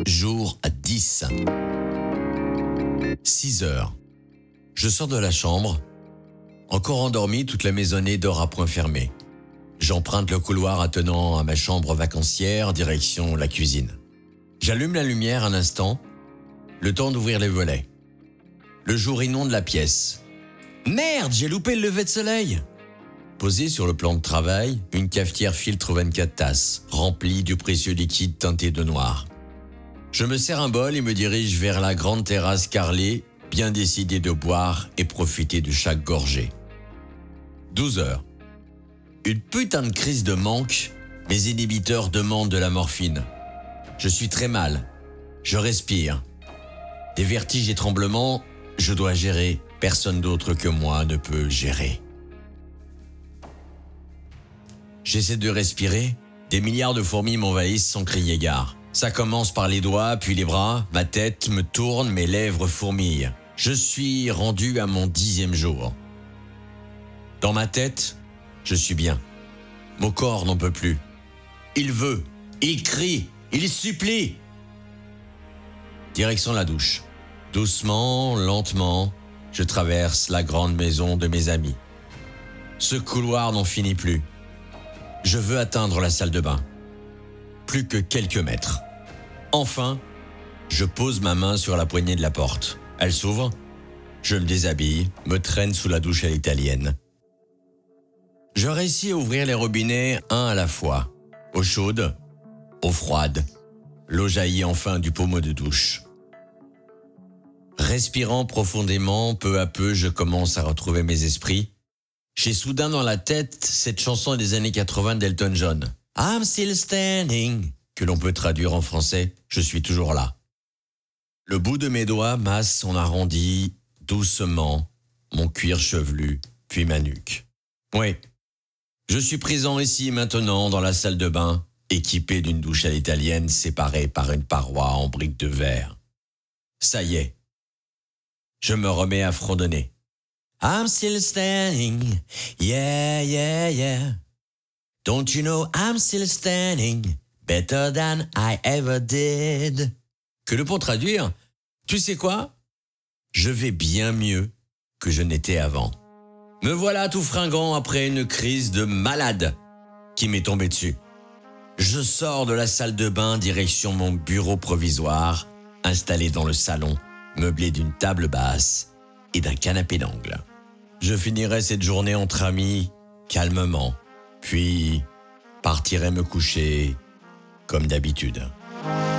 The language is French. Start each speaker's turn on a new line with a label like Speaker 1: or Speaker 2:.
Speaker 1: Jour 10. 6 heures. Je sors de la chambre. Encore endormi, toute la maisonnée dort à point fermé. J'emprunte le couloir attenant à ma chambre vacancière, direction la cuisine. J'allume la lumière un instant, le temps d'ouvrir les volets. Le jour inonde la pièce. Merde, j'ai loupé le lever de soleil! Posée sur le plan de travail, une cafetière filtre 24 tasses, remplie du précieux liquide teinté de noir. Je me sers un bol et me dirige vers la grande terrasse carrelée, bien décidé de boire et profiter de chaque gorgée. 12 heures. Une putain de crise de manque, mes inhibiteurs demandent de la morphine. Je suis très mal. Je respire. Des vertiges et tremblements, je dois gérer. Personne d'autre que moi ne peut gérer. J'essaie de respirer. Des milliards de fourmis m'envahissent sans crier gare. Ça commence par les doigts, puis les bras. Ma tête me tourne, mes lèvres fourmillent. Je suis rendu à mon 10e jour. Dans ma tête, je suis bien. Mon corps n'en peut plus. Il veut, il crie, il supplie. Direction la douche. Doucement, lentement, je traverse la grande maison de mes amis. Ce couloir n'en finit plus. Je veux atteindre la salle de bain. Plus que quelques mètres. Enfin, je pose ma main sur la poignée de la porte. Elle s'ouvre. Je me déshabille, me traîne sous la douche à l'italienne. Je réussis à ouvrir les robinets un à la fois. Eau chaude, eau froide. L'eau jaillit enfin du pommeau de douche. Respirant profondément, peu à peu, je commence à retrouver mes esprits. J'ai soudain dans la tête cette chanson des années 80 d'Elton John. I'm still standing, que l'on peut traduire en français, je suis toujours là. Le bout de mes doigts masse en arrondi, doucement, mon cuir chevelu, puis ma nuque. Oui, je suis présent ici maintenant dans la salle de bain, équipé d'une douche à l'italienne séparée par une paroi en briques de verre. Ça y est, je me remets à fredonner. I'm still standing, yeah, yeah, yeah. Don't you know I'm still standing, better than I ever did. Que le pour traduire, tu sais quoi? Je vais bien mieux que je n'étais avant. Me voilà tout fringant après une crise de malade qui m'est tombée dessus. Je sors de la salle de bain direction mon bureau provisoire, installé dans le salon, meublé d'une table basse et d'un canapé d'angle. Je finirai cette journée entre amis, calmement, puis partirai me coucher comme d'habitude.